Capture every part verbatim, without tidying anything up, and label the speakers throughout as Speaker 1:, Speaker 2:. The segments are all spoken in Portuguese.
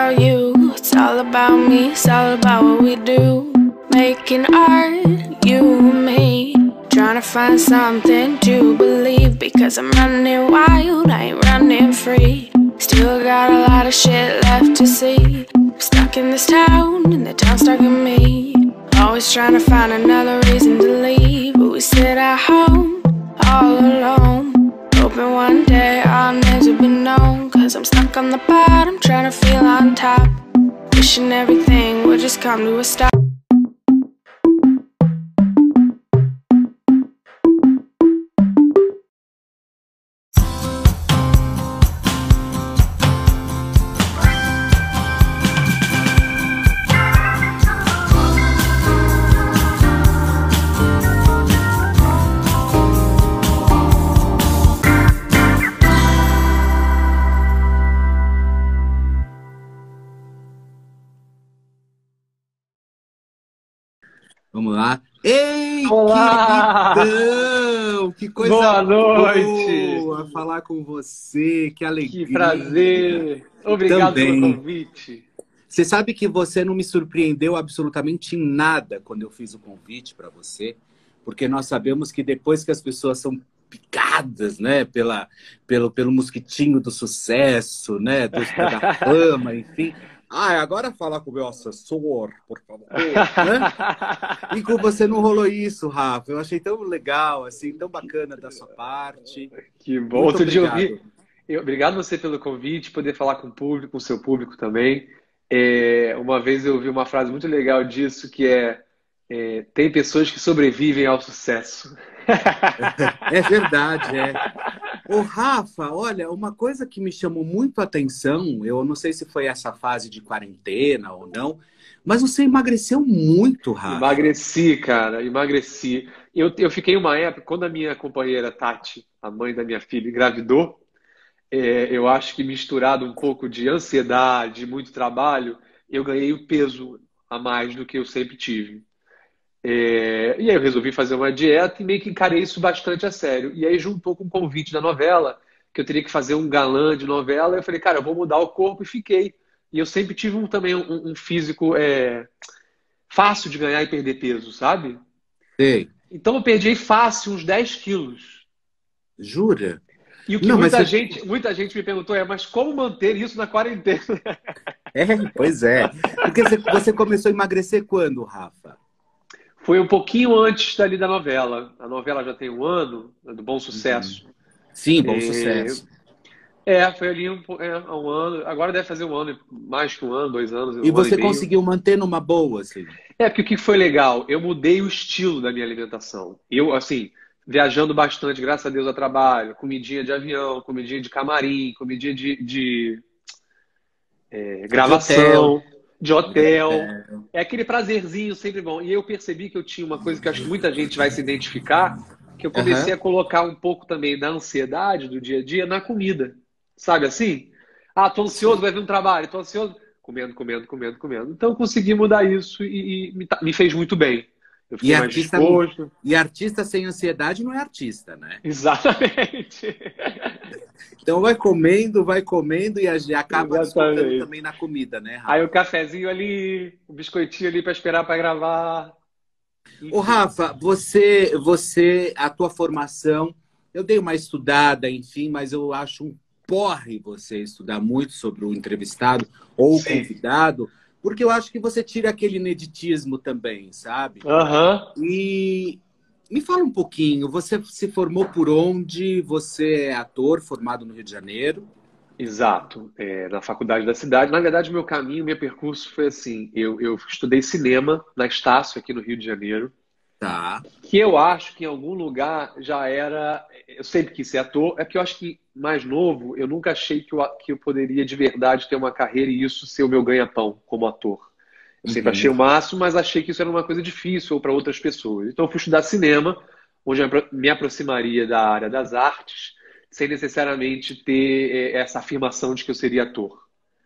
Speaker 1: about you, it's all about me, it's all about what we do. Making art, you and me, trying to find something to believe. Because I'm running wild, I ain't running free. Still got a lot of shit left to see. I'm stuck in this town, and the town's stuck in me. Always trying to find another reason to leave, but we sit at home, all alone, hoping one day our names will be known. Cause I'm stuck on the bottom, trying to feel on top, wishing everything would just come to a stop.
Speaker 2: Vamos lá. Ei,
Speaker 3: Olá!
Speaker 2: queridão! Que coisa
Speaker 3: Boa noite!
Speaker 2: boa falar com você, que alegria!
Speaker 3: Que prazer! Obrigado
Speaker 2: Também.
Speaker 3: pelo convite.
Speaker 2: Você sabe que você não me surpreendeu absolutamente em nada quando eu fiz o convite para você, porque nós sabemos que depois que as pessoas são picadas, né, pela, pelo, pelo mosquitinho do sucesso, né, do, da fama, enfim... Ah, agora falar com o meu assessor, por favor. Né? E com você não rolou isso, Rafa. Eu achei tão legal, assim, tão bacana da sua parte.
Speaker 3: Que bom.
Speaker 2: Muito
Speaker 3: Outro dia eu
Speaker 2: obrigado.
Speaker 3: vi. Eu, obrigado você pelo convite, poder falar com o público, com o seu público também. É, uma vez eu ouvi uma frase muito legal disso, que é, é tem pessoas que sobrevivem ao sucesso.
Speaker 2: É verdade, é. Ô, Rafa, olha, uma coisa que me chamou muito a atenção, eu não sei se foi essa fase de quarentena ou não, mas você emagreceu muito, Rafa.
Speaker 3: Emagreci, cara, emagreci. Eu, eu fiquei uma época, quando a minha companheira Tati, a mãe da minha filha, engravidou, é, eu acho que misturado um pouco de ansiedade, muito trabalho, eu ganhei o peso a mais do que eu sempre tive. É, e aí eu resolvi fazer uma dieta e meio que encarei isso bastante a sério. E aí juntou com o convite da novela, que eu teria que fazer um galã de novela, eu falei, cara, eu vou mudar o corpo e fiquei. E eu sempre tive um, também um, um físico é, fácil de ganhar e perder peso, sabe?
Speaker 2: Sei.
Speaker 3: Então eu perdi fácil uns dez quilos.
Speaker 2: Jura?
Speaker 3: E o que
Speaker 2: Não,
Speaker 3: muita,
Speaker 2: mas...
Speaker 3: gente, muita gente me perguntou é, mas como manter isso na quarentena?
Speaker 2: É, pois é. Porque você, você começou a emagrecer quando, Rafa?
Speaker 3: Foi um pouquinho antes dali da novela. A novela já tem um ano, né, do Bom Sucesso.
Speaker 2: Sim, Bom
Speaker 3: É,
Speaker 2: Sucesso.
Speaker 3: É, foi ali um, é, há um ano. Agora deve fazer um ano, mais que um ano, dois anos. Um
Speaker 2: E
Speaker 3: ano
Speaker 2: você
Speaker 3: e meio.
Speaker 2: conseguiu manter numa boa, assim?
Speaker 3: É, porque o que foi legal? Eu mudei o estilo da minha alimentação. Eu, assim, viajando bastante, graças a Deus, a trabalho. Comidinha de avião, comidinha de camarim, comidinha de, de é, gravação, de hotel.
Speaker 2: De hotel.
Speaker 3: É aquele prazerzinho sempre bom. E eu percebi que eu tinha uma coisa que eu acho que muita gente vai se identificar, que eu comecei
Speaker 2: Uhum.
Speaker 3: a colocar um pouco também da ansiedade do dia a dia na comida. Sabe assim? Ah, tô ansioso, vai vir um trabalho, tô ansioso. Comendo, comendo, comendo, comendo. Então eu consegui mudar isso e, e me, me fez muito bem. Eu fiquei
Speaker 2: E
Speaker 3: mais
Speaker 2: artista,
Speaker 3: disposto.
Speaker 2: e artista sem ansiedade não é artista, né?
Speaker 3: Exatamente.
Speaker 2: Então vai comendo, vai comendo e a- acaba descontando
Speaker 3: Exatamente.
Speaker 2: também na comida, né, Rafa?
Speaker 3: Aí o cafezinho ali, o biscoitinho ali para esperar para gravar.
Speaker 2: Ô, Rafa, você, você, a tua formação, eu dei uma estudada, enfim, mas eu acho um porre você estudar muito sobre o entrevistado ou o
Speaker 3: Sim.
Speaker 2: convidado, porque eu acho que você tira aquele ineditismo também, sabe?
Speaker 3: Aham.
Speaker 2: E me fala um pouquinho, você se formou por onde? Você é ator formado no Rio de Janeiro?
Speaker 3: Exato, é, na faculdade da cidade. Na verdade, meu caminho, meu percurso foi assim: eu, eu estudei cinema na Estácio, aqui no Rio de Janeiro,
Speaker 2: Tá.
Speaker 3: que eu acho que em algum lugar já era. Eu sempre quis ser ator, é que eu acho que mais novo, eu nunca achei que eu, que eu poderia de verdade ter uma carreira e isso ser o meu ganha-pão como ator. Eu sempre
Speaker 2: Uhum.
Speaker 3: achei o máximo, mas achei que isso era uma coisa difícil ou para outras pessoas. Então, eu fui estudar cinema, onde eu me aproximaria da área das artes, sem necessariamente ter essa afirmação de que eu seria ator.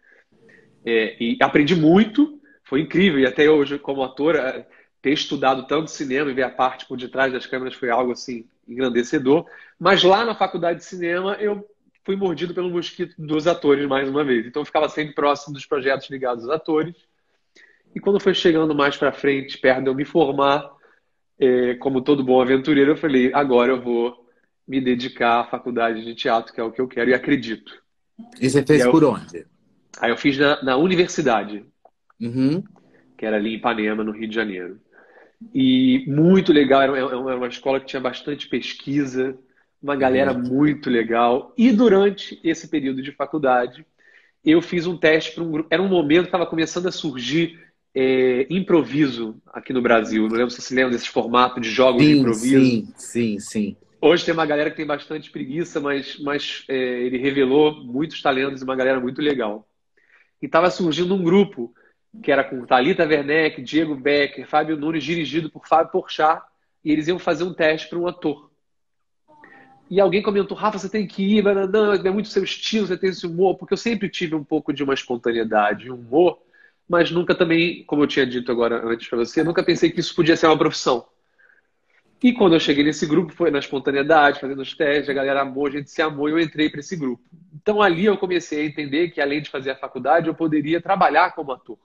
Speaker 3: É, e aprendi muito, foi incrível, e até hoje, como ator, ter estudado tanto cinema e ver a parte por detrás das câmeras foi algo assim engrandecedor. Mas lá na faculdade de cinema, eu fui mordido pelo mosquito dos atores mais uma vez. Então eu ficava sempre próximo dos projetos ligados aos atores. E quando foi chegando mais para frente, perto de eu me formar, é, como todo bom aventureiro, eu falei, agora eu vou me dedicar à faculdade de teatro, que é o que eu quero e acredito.
Speaker 2: E você
Speaker 3: E
Speaker 2: fez
Speaker 3: aí eu,
Speaker 2: por onde?
Speaker 3: aí eu fiz na, na universidade,
Speaker 2: Uhum.
Speaker 3: que era ali em Ipanema, no Rio de Janeiro. E muito legal, era uma, era uma escola que tinha bastante pesquisa, uma galera
Speaker 2: Uhum.
Speaker 3: muito legal. E durante esse período de faculdade, eu fiz um teste para um grupo. Era um momento que estava começando a surgir é, improviso aqui no Brasil. Não lembro se você se lembra desse formato de jogos de
Speaker 2: Sim,
Speaker 3: improviso.
Speaker 2: sim, sim, sim.
Speaker 3: Hoje tem uma galera que tem bastante preguiça, mas, mas é, ele revelou muitos talentos e uma galera muito legal. E estava surgindo um grupo que era com Thalita Werneck, Diego Becker, Fábio Nunes, dirigido por Fábio Porchat, e eles iam fazer um teste para um ator. E alguém comentou, Rafa, você tem que ir, não, é muito seu estilo, você tem esse humor, porque eu sempre tive um pouco de uma espontaneidade, um humor, mas nunca também, como eu tinha dito agora antes para você, nunca pensei que isso podia ser uma profissão. E quando eu cheguei nesse grupo, foi na espontaneidade, fazendo os testes, a galera amou, a gente se amou e eu entrei para esse grupo. Então ali eu comecei a entender que além de fazer a faculdade, eu poderia trabalhar como ator.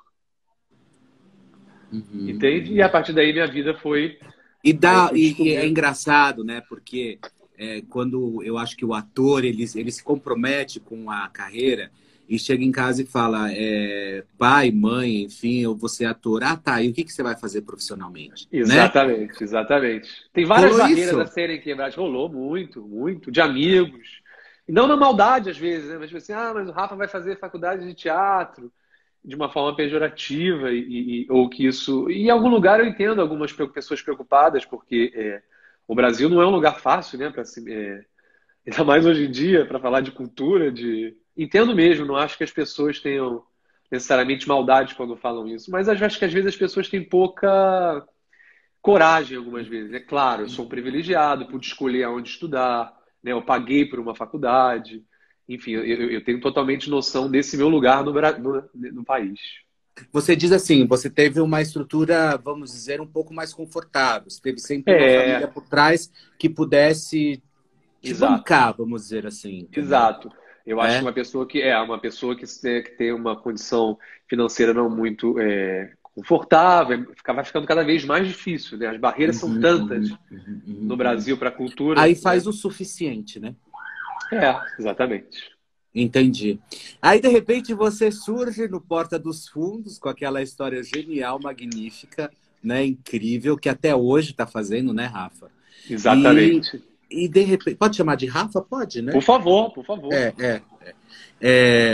Speaker 2: Uhum.
Speaker 3: Entende? E a partir daí minha vida foi...
Speaker 2: E, dá,
Speaker 3: fui
Speaker 2: e, e
Speaker 3: descobrindo.
Speaker 2: é engraçado, né? Porque é, quando eu acho que o ator ele, ele se compromete com a carreira e chega em casa e fala, é, pai, mãe, enfim, eu vou ser ator. Ah, tá. E o que, que você vai fazer profissionalmente?
Speaker 3: Exatamente, né? Exatamente. Tem várias
Speaker 2: Rolou
Speaker 3: barreiras
Speaker 2: isso?
Speaker 3: a serem quebradas. Rolou muito, muito. De amigos. E não na maldade, às vezes, né? Mas tipo assim, ah, mas o Rafa vai fazer faculdade de teatro de uma forma pejorativa, e, e, ou que isso... E em algum lugar eu entendo algumas pessoas preocupadas, porque é, o Brasil não é um lugar fácil, né? Pra se, é, ainda mais hoje em dia, para falar de cultura, de... Entendo mesmo, não acho que as pessoas tenham necessariamente maldade quando falam isso, mas acho que às vezes as pessoas têm pouca coragem algumas vezes. É claro, eu sou um privilegiado, pude escolher aonde estudar, né? Eu paguei por uma faculdade, enfim, eu, eu tenho totalmente noção desse meu lugar no, no, no país.
Speaker 2: Você diz assim, você teve uma estrutura, vamos dizer, um pouco mais confortável. Você teve sempre uma
Speaker 3: É,
Speaker 2: família por trás que pudesse te
Speaker 3: exato.
Speaker 2: bancar, vamos dizer assim. Entendeu?
Speaker 3: Exato. Eu acho
Speaker 2: É?
Speaker 3: que uma pessoa que é uma pessoa que, que tem uma condição financeira não muito é, confortável, vai ficando cada vez mais difícil, né? As barreiras
Speaker 2: Uhum,
Speaker 3: são tantas
Speaker 2: uhum, uhum, uhum.
Speaker 3: no Brasil para a cultura.
Speaker 2: Aí faz
Speaker 3: né?
Speaker 2: o suficiente, né?
Speaker 3: É, exatamente.
Speaker 2: Entendi. Aí, de repente, você surge no Porta dos Fundos com aquela história genial, magnífica, né? Incrível, que até hoje está fazendo, né, Rafa?
Speaker 3: Exatamente.
Speaker 2: E, e, de repente... Pode chamar de Rafa? Pode, né?
Speaker 3: Por favor, por favor.
Speaker 2: É, é, é. é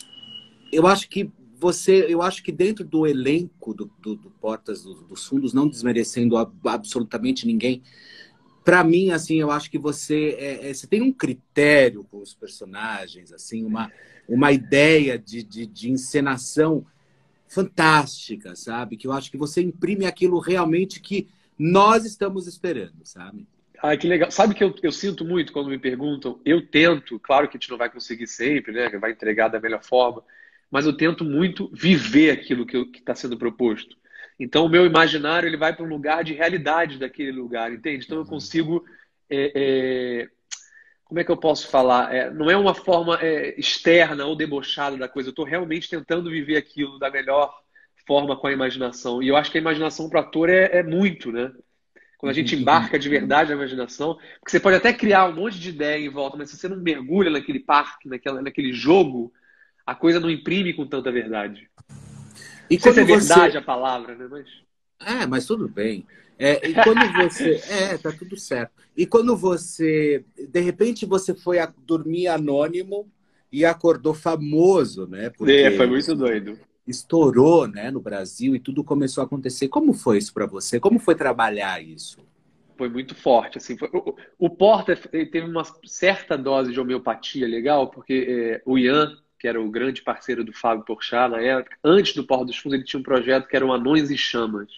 Speaker 2: eu acho que você... Eu acho que dentro do elenco do, do, do Portas dos, dos Fundos, não desmerecendo absolutamente ninguém, para mim, assim, eu acho que você, é, é, você tem um critério com os personagens, assim, uma, uma ideia de, de, de encenação fantástica, sabe? Que eu acho que você imprime aquilo realmente que nós estamos esperando, sabe?
Speaker 3: Ah, que legal. Sabe o que eu, eu sinto muito quando me perguntam? Eu tento, claro que a gente não vai conseguir sempre, né? Vai entregar da melhor forma, mas eu tento muito viver aquilo que está sendo proposto. Então, o meu imaginário ele vai para um lugar de realidade daquele lugar, entende? Então, eu consigo... É, é, como é que eu posso falar? É, não é uma forma é, externa ou debochada da coisa. Eu estou realmente tentando viver aquilo da melhor forma com a imaginação. E eu acho que a imaginação para o ator é, é muito, né? Quando a gente embarca de verdade na imaginação, porque você pode até criar um monte de ideia em volta, mas se você não mergulha naquele parque, naquela, naquele jogo, a coisa não imprime com tanta verdade.
Speaker 2: E
Speaker 3: não sei se é
Speaker 2: você...
Speaker 3: verdade a palavra, né? Mas...
Speaker 2: É, mas tudo bem. É, e quando você... É, tá tudo certo. E quando você... De repente você foi a dormir anônimo e acordou famoso, né? Porque
Speaker 3: é, foi muito doido.
Speaker 2: Estourou, né, no Brasil e tudo começou a acontecer. Como foi isso para você? Como foi trabalhar isso?
Speaker 3: Foi muito forte. Assim, foi... o, o Porta teve uma certa dose de homeopatia legal, porque é, o Ian, que era o grande parceiro do Fábio Porchat na época, antes do Porta dos Fundos, ele tinha um projeto que era o Anões e Chamas.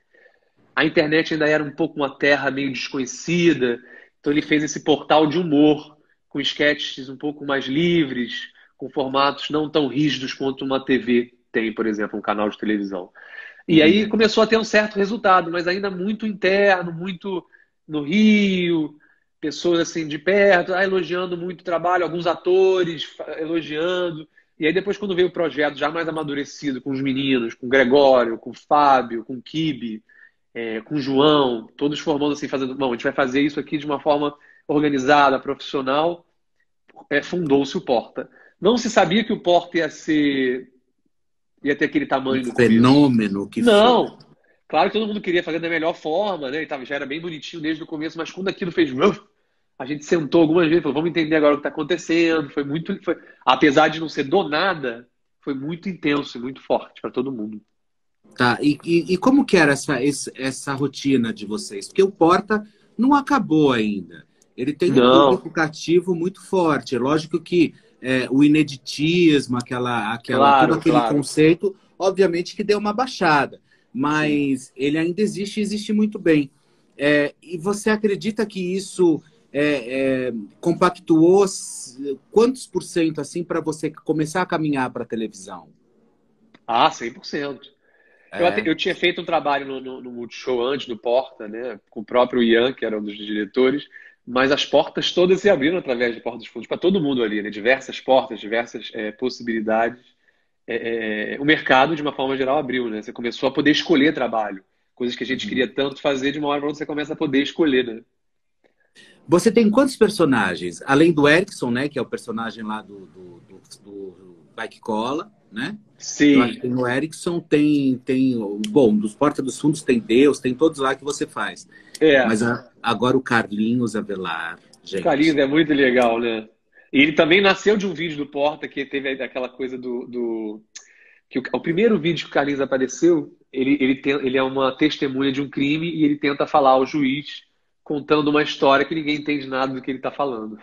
Speaker 3: A internet ainda era um pouco uma terra meio desconhecida, então ele fez esse portal de humor, com sketches um pouco mais livres, com formatos não tão rígidos quanto uma T V tem, por exemplo, um canal de televisão. E
Speaker 2: Uhum.
Speaker 3: aí começou a ter um certo resultado, mas ainda muito interno, muito no Rio, pessoas assim de perto, ah, elogiando muito o trabalho, alguns atores elogiando. E aí depois, quando veio o projeto já mais amadurecido, com os meninos, com o Gregório, com o Fábio, com o Kibe, é, com o João, todos formando assim, fazendo, bom, a gente vai fazer isso aqui de uma forma organizada, profissional, é, fundou-se o Porta. Não se sabia que o Porta ia ser, ia ter aquele tamanho
Speaker 2: Um
Speaker 3: no começo.
Speaker 2: fenômeno que
Speaker 3: Não!
Speaker 2: foi.
Speaker 3: Claro que todo mundo queria fazer da melhor forma, né? E tava, já era bem bonitinho desde o começo, mas quando aquilo fez... A gente sentou algumas vezes e falou, vamos entender agora o que está acontecendo. Foi muito... Foi, apesar de não ser do nada, foi muito intenso e muito forte para todo mundo.
Speaker 2: Tá, e, e, e como que era essa, essa rotina de vocês? Porque o Porta não acabou ainda. Ele tem um
Speaker 3: Não.
Speaker 2: público cativo muito forte. É lógico que é, o ineditismo, aquela, aquela,
Speaker 3: Claro,
Speaker 2: todo aquele
Speaker 3: claro.
Speaker 2: conceito, obviamente que deu uma baixada. Mas Sim. ele ainda existe e existe muito bem. É, e você acredita que isso é, é, compactuou quantos por cento assim para você começar a caminhar para a televisão?
Speaker 3: Ah, cem por cento.
Speaker 2: É.
Speaker 3: Eu, até, eu tinha feito um trabalho no, no, no Multishow antes do Porta, né, com o próprio Ian, que era um dos diretores, mas as portas todas se abriram através de Porta dos Fundos, para todo mundo ali, né, diversas portas, diversas é, possibilidades. É, é, o mercado, de uma forma geral, abriu, né? Você começou a poder escolher trabalho. Coisas que a gente
Speaker 2: Uhum.
Speaker 3: queria tanto fazer, de uma hora para outra você começa a poder escolher, né?
Speaker 2: Você tem quantos personagens? Além do Erickson, né? Que é o personagem lá do, do, do, do Bike Cola, né?
Speaker 3: Sim.
Speaker 2: Eu acho que tem o Erickson, tem, tem... Bom, dos Porta dos Fundos tem Deus, tem todos lá que você faz.
Speaker 3: É.
Speaker 2: Mas a, agora o Carlinhos Avelar, gente...
Speaker 3: O Carlinhos é muito legal, né? E ele também nasceu de um vídeo do Porta, que teve aquela coisa do... do... que o, o primeiro vídeo que o Carlinhos apareceu, ele, ele, tem, ele é uma testemunha de um crime e ele tenta falar ao juiz, contando uma história que ninguém entende nada do que ele está falando.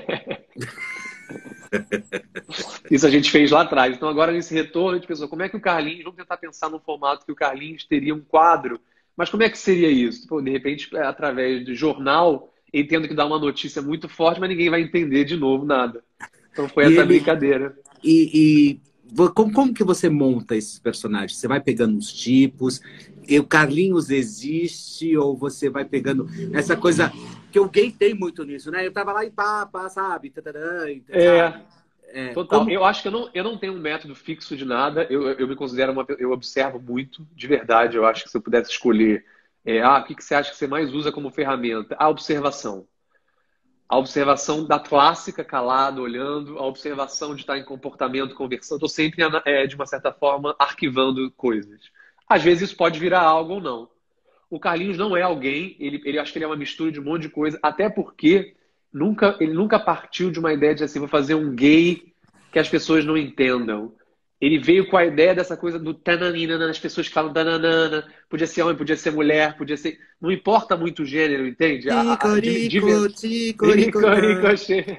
Speaker 3: Isso a gente fez lá atrás. Então agora nesse retorno a gente pensou, como é que o Carlinhos, vamos tentar pensar num formato que o Carlinhos teria um quadro, mas como é que seria isso? Pô, de repente, através do jornal, entendo que dá uma notícia muito forte, mas ninguém vai entender de novo nada. Então foi
Speaker 2: E
Speaker 3: essa
Speaker 2: ele-
Speaker 3: brincadeira.
Speaker 2: E, e vo- como, como que você monta esses personagens? Você vai pegando os tipos, e o Carlinhos existe, ou você vai pegando essa coisa que o gay tem muito nisso, né? Eu tava lá e pá, pá, sabe? Tatarã, e-
Speaker 3: É.
Speaker 2: sabe? É,
Speaker 3: Total.
Speaker 2: como-
Speaker 3: Eu acho que eu não, eu não tenho um método fixo de nada. Eu, eu me considero uma. Eu observo muito, de verdade. Eu acho que se eu pudesse escolher, é, ah, o que que você acha que você mais usa como ferramenta? A observação. A observação da clássica, calado, olhando, a observação de estar em comportamento, conversando. Estou sempre, é, de uma certa forma, arquivando coisas. Às vezes isso pode virar algo ou não. O Carlinhos não é alguém, ele, ele acho que ele é uma mistura de um monte de coisa, até porque nunca, ele nunca partiu de uma ideia de assim, vou fazer um gay que as pessoas não entendam. Ele veio com a ideia dessa coisa do tananina, as pessoas que falam tananana, podia ser homem, podia ser mulher, podia ser... Não importa muito o gênero, entende? A, a, a, de- de-
Speaker 2: Ticorico, ticorico,
Speaker 3: Icoricochê.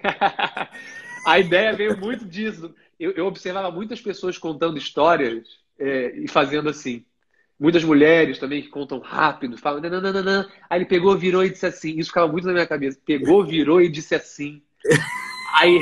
Speaker 3: A ideia veio muito disso. Eu, eu observava muitas pessoas contando histórias é, e fazendo assim. Muitas mulheres também que contam rápido, falam nananana. Aí ele pegou, virou e disse assim. Isso ficava muito na minha cabeça. Pegou, virou e disse assim. Aí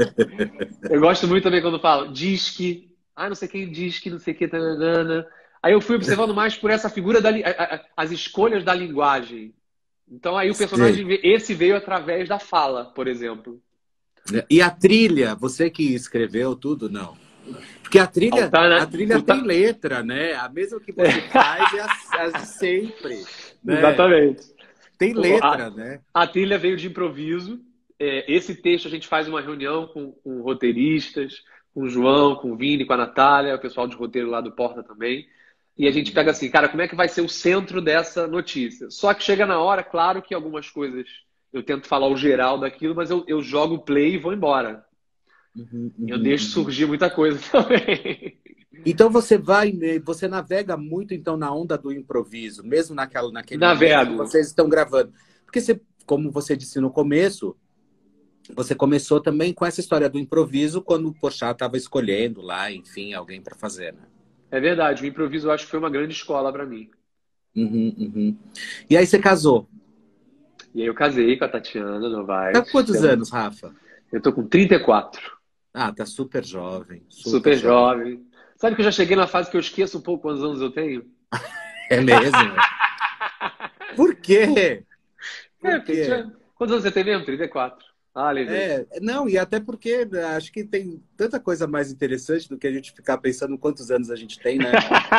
Speaker 3: eu gosto muito também quando falam diz que. Ah, não sei quem diz que, não sei o que. Tananana. Aí eu fui observando mais por essa figura, da, li- a- a- as escolhas da linguagem. Então aí o personagem, ve- esse veio através da fala, por exemplo.
Speaker 2: E a trilha, você que escreveu tudo, não? Porque a trilha,
Speaker 3: O Tana-
Speaker 2: a trilha
Speaker 3: o Ta-
Speaker 2: tem letra, né? A mesma que você faz é a, a de sempre. Né?
Speaker 3: Exatamente.
Speaker 2: Tem
Speaker 3: O-
Speaker 2: letra,
Speaker 3: a-
Speaker 2: né?
Speaker 3: A trilha veio de improviso. É, esse texto a gente faz uma reunião com, com roteiristas, com o João, com o Vini, com a Natália, o pessoal de roteiro lá do Porta também. E a gente pega assim, cara, como é que vai ser o centro dessa notícia? Só que chega na hora, claro que algumas coisas eu tento falar o geral daquilo, mas eu, eu jogo o play e vou embora.
Speaker 2: Uhum,
Speaker 3: Eu
Speaker 2: uhum,
Speaker 3: deixo
Speaker 2: uhum.
Speaker 3: surgir muita coisa também.
Speaker 2: Então você vai, você navega muito então na onda do improviso, mesmo naquela, naquele
Speaker 3: Navego.
Speaker 2: momento que vocês estão gravando. Porque você, como você disse no começo, você começou também com essa história do improviso quando o Porchat estava escolhendo lá, enfim, alguém para fazer, né?
Speaker 3: É verdade, o improviso eu acho que foi uma grande escola para mim.
Speaker 2: Uhum, uhum. E aí você casou.
Speaker 3: E aí eu casei com a Tatiana Novaes.
Speaker 2: Tá com quantos
Speaker 3: Temos-
Speaker 2: anos, Rafa?
Speaker 3: Eu tô com trinta e quatro.
Speaker 2: Ah, tá super jovem.
Speaker 3: Super jovem. Sabe que eu já cheguei na fase que eu esqueço um pouco quantos anos eu tenho?
Speaker 2: É mesmo? Por quê? Por
Speaker 3: É, porque
Speaker 2: quê?
Speaker 3: tinha- Quantos anos você tem mesmo? trinta e quatro. Ah, lembrei.
Speaker 2: É, não, e até porque acho que tem tanta coisa mais interessante do que a gente ficar pensando quantos anos a gente tem, né?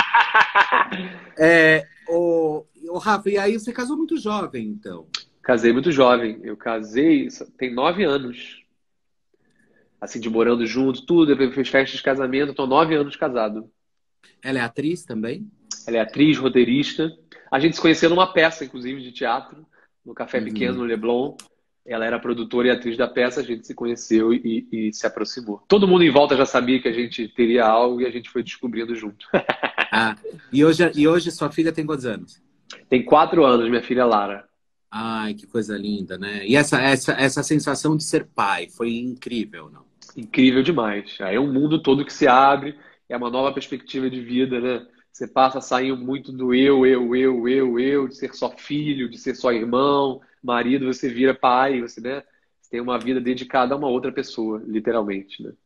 Speaker 2: É, o, o Rafa, e aí você casou muito jovem, então.
Speaker 3: Casei muito jovem. Eu casei, tem nove anos. Assim, de morando junto, tudo. Depois fez festa de casamento. Estou nove anos casado.
Speaker 2: Ela é atriz também?
Speaker 3: Ela é atriz, roteirista. A gente se conheceu numa peça, inclusive, de teatro, no Café Pequeno, no
Speaker 2: Uhum.
Speaker 3: Leblon. Ela era produtora e atriz da peça, a gente se conheceu e, e se aproximou. Todo mundo em volta já sabia que a gente teria algo e a gente foi descobrindo junto.
Speaker 2: Ah, e hoje, e hoje sua filha tem quantos anos?
Speaker 3: Tem quatro anos, minha filha Lara.
Speaker 2: Ai, que coisa linda, né? E essa, essa, essa sensação de ser pai foi incrível, não?
Speaker 3: Incrível demais. Aí é um mundo todo que se abre, é uma nova perspectiva de vida, né? Você passa a sair muito do eu, eu, eu, eu, eu, de ser só filho, de ser só irmão, marido, você vira pai, você, né? Você tem uma vida dedicada a uma outra pessoa, literalmente, né?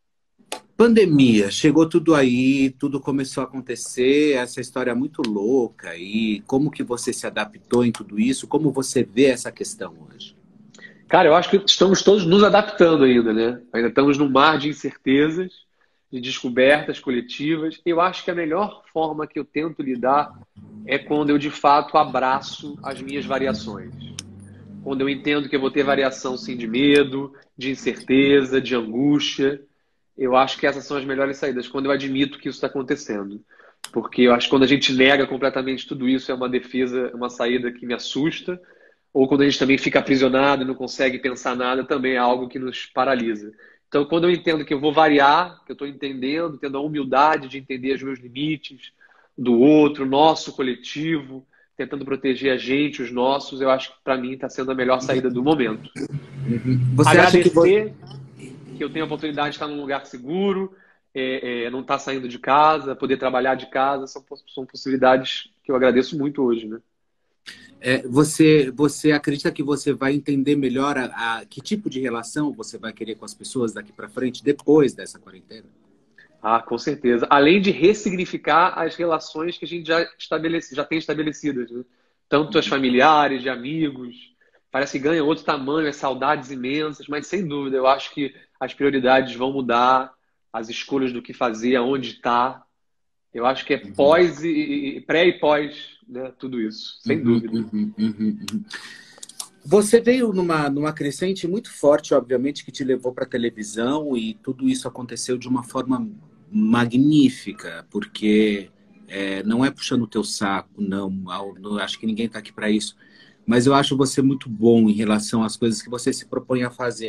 Speaker 2: Pandemia, chegou tudo aí, tudo começou a acontecer, essa história muito louca. E como que você se adaptou em tudo isso? Como você vê essa questão hoje?
Speaker 3: Cara, eu acho que estamos todos nos adaptando ainda, né? Ainda estamos num mar de incertezas, de descobertas coletivas. Eu acho que a melhor forma que eu tento lidar é quando eu, de fato, abraço as minhas variações. Quando eu entendo que eu vou ter variação, sim, de medo, de incerteza, de angústia. Eu acho que essas são as melhores saídas, quando eu admito que isso está acontecendo. Porque eu acho que quando a gente nega completamente tudo isso, é uma defesa, uma saída que me assusta. Ou quando a gente também fica aprisionado e não consegue pensar nada, também é algo que nos paralisa. Então, quando eu entendo que eu vou variar, que eu estou entendendo, tendo a humildade de entender os meus limites, do outro, nosso coletivo, tentando proteger a gente, os nossos, eu acho que para mim está sendo a melhor saída do momento.
Speaker 2: Você acha que você...
Speaker 3: Agradecer que eu tenho a oportunidade de estar num lugar seguro, é, é, não estar saindo de casa, poder trabalhar de casa, são, são possibilidades que eu agradeço muito hoje, né?
Speaker 2: É, você, você acredita que você vai entender melhor a, a que tipo de relação você vai querer com as pessoas daqui para frente, depois dessa quarentena?
Speaker 3: Ah, com certeza. Além de ressignificar as relações que a gente já, estabelece, já tem estabelecidas, né? Tanto as familiares, de amigos. Parece que ganha outro tamanho, as saudades imensas, mas sem dúvida, eu acho que as prioridades vão mudar, as escolhas do que fazer, aonde estar. Eu acho que é pós e, e pré e pós, né? Tudo isso, sem
Speaker 2: Uhum,
Speaker 3: dúvida.
Speaker 2: uhum, uhum, uhum. Você veio numa, numa crescente muito forte, obviamente, que te levou para a televisão e tudo isso aconteceu de uma forma magnífica, porque é, não é puxando o teu saco, não, não acho que ninguém está aqui para isso, mas eu acho você muito bom em relação às coisas que você se propõe a fazer.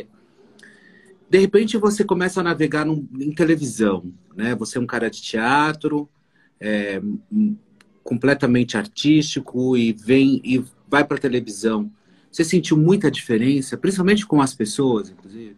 Speaker 2: De repente você começa a navegar num, em televisão, né? Você é um cara de teatro, é, completamente artístico e vem e vai para a televisão. Você sentiu muita diferença, principalmente com as pessoas, inclusive?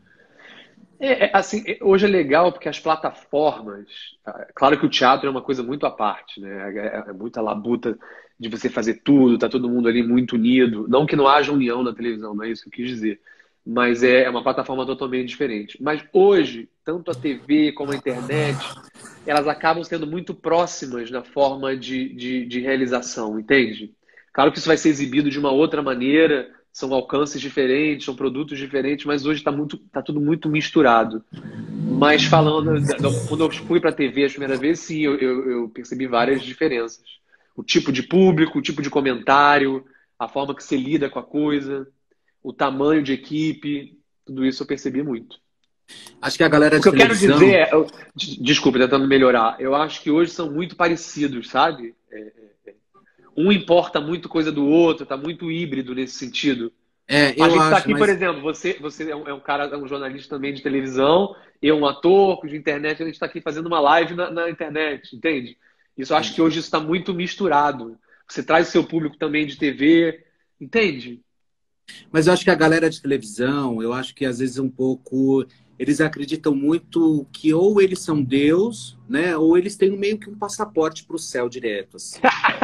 Speaker 3: É, é, assim, é, hoje é legal porque as plataformas, claro que o teatro é uma coisa muito à parte, né? É, é muita labuta de você fazer tudo, tá todo mundo ali muito unido. Não que não haja união na televisão, não é isso que eu quis dizer. Mas é uma plataforma totalmente diferente. Mas hoje, tanto a T V como a internet, elas acabam sendo muito próximas na forma de, de, de realização, entende? Claro que isso vai ser exibido de uma outra maneira, são alcances diferentes, são produtos diferentes, mas hoje está muito, tá tudo muito misturado. Mas falando, quando eu fui para a T V a primeira vez, sim, eu, eu, eu percebi várias diferenças. O tipo de público, o tipo de comentário, a forma que você lida com a coisa, o tamanho de equipe, tudo isso eu percebi muito.
Speaker 2: Acho que a galera
Speaker 3: O
Speaker 2: de
Speaker 3: que eu quero
Speaker 2: televisão...
Speaker 3: dizer é, eu, desculpa, tentando melhorar, eu acho que hoje são muito parecidos, sabe? É, é, um importa muito coisa do outro, tá muito híbrido nesse sentido.
Speaker 2: É,
Speaker 3: A
Speaker 2: eu
Speaker 3: gente está
Speaker 2: acho,
Speaker 3: aqui, por
Speaker 2: mas...
Speaker 3: exemplo, você, você é um, é um cara, é um jornalista também de televisão, eu um ator de internet, a gente está aqui fazendo uma live na, na internet, entende? Isso eu acho que hoje isso está muito misturado. Você traz o seu público também de T V, entende?
Speaker 2: Mas eu acho que a galera de televisão, eu acho que às vezes um pouco... Eles acreditam muito que ou eles são Deus, né? Ou eles têm meio que um passaporte para o céu direto, assim.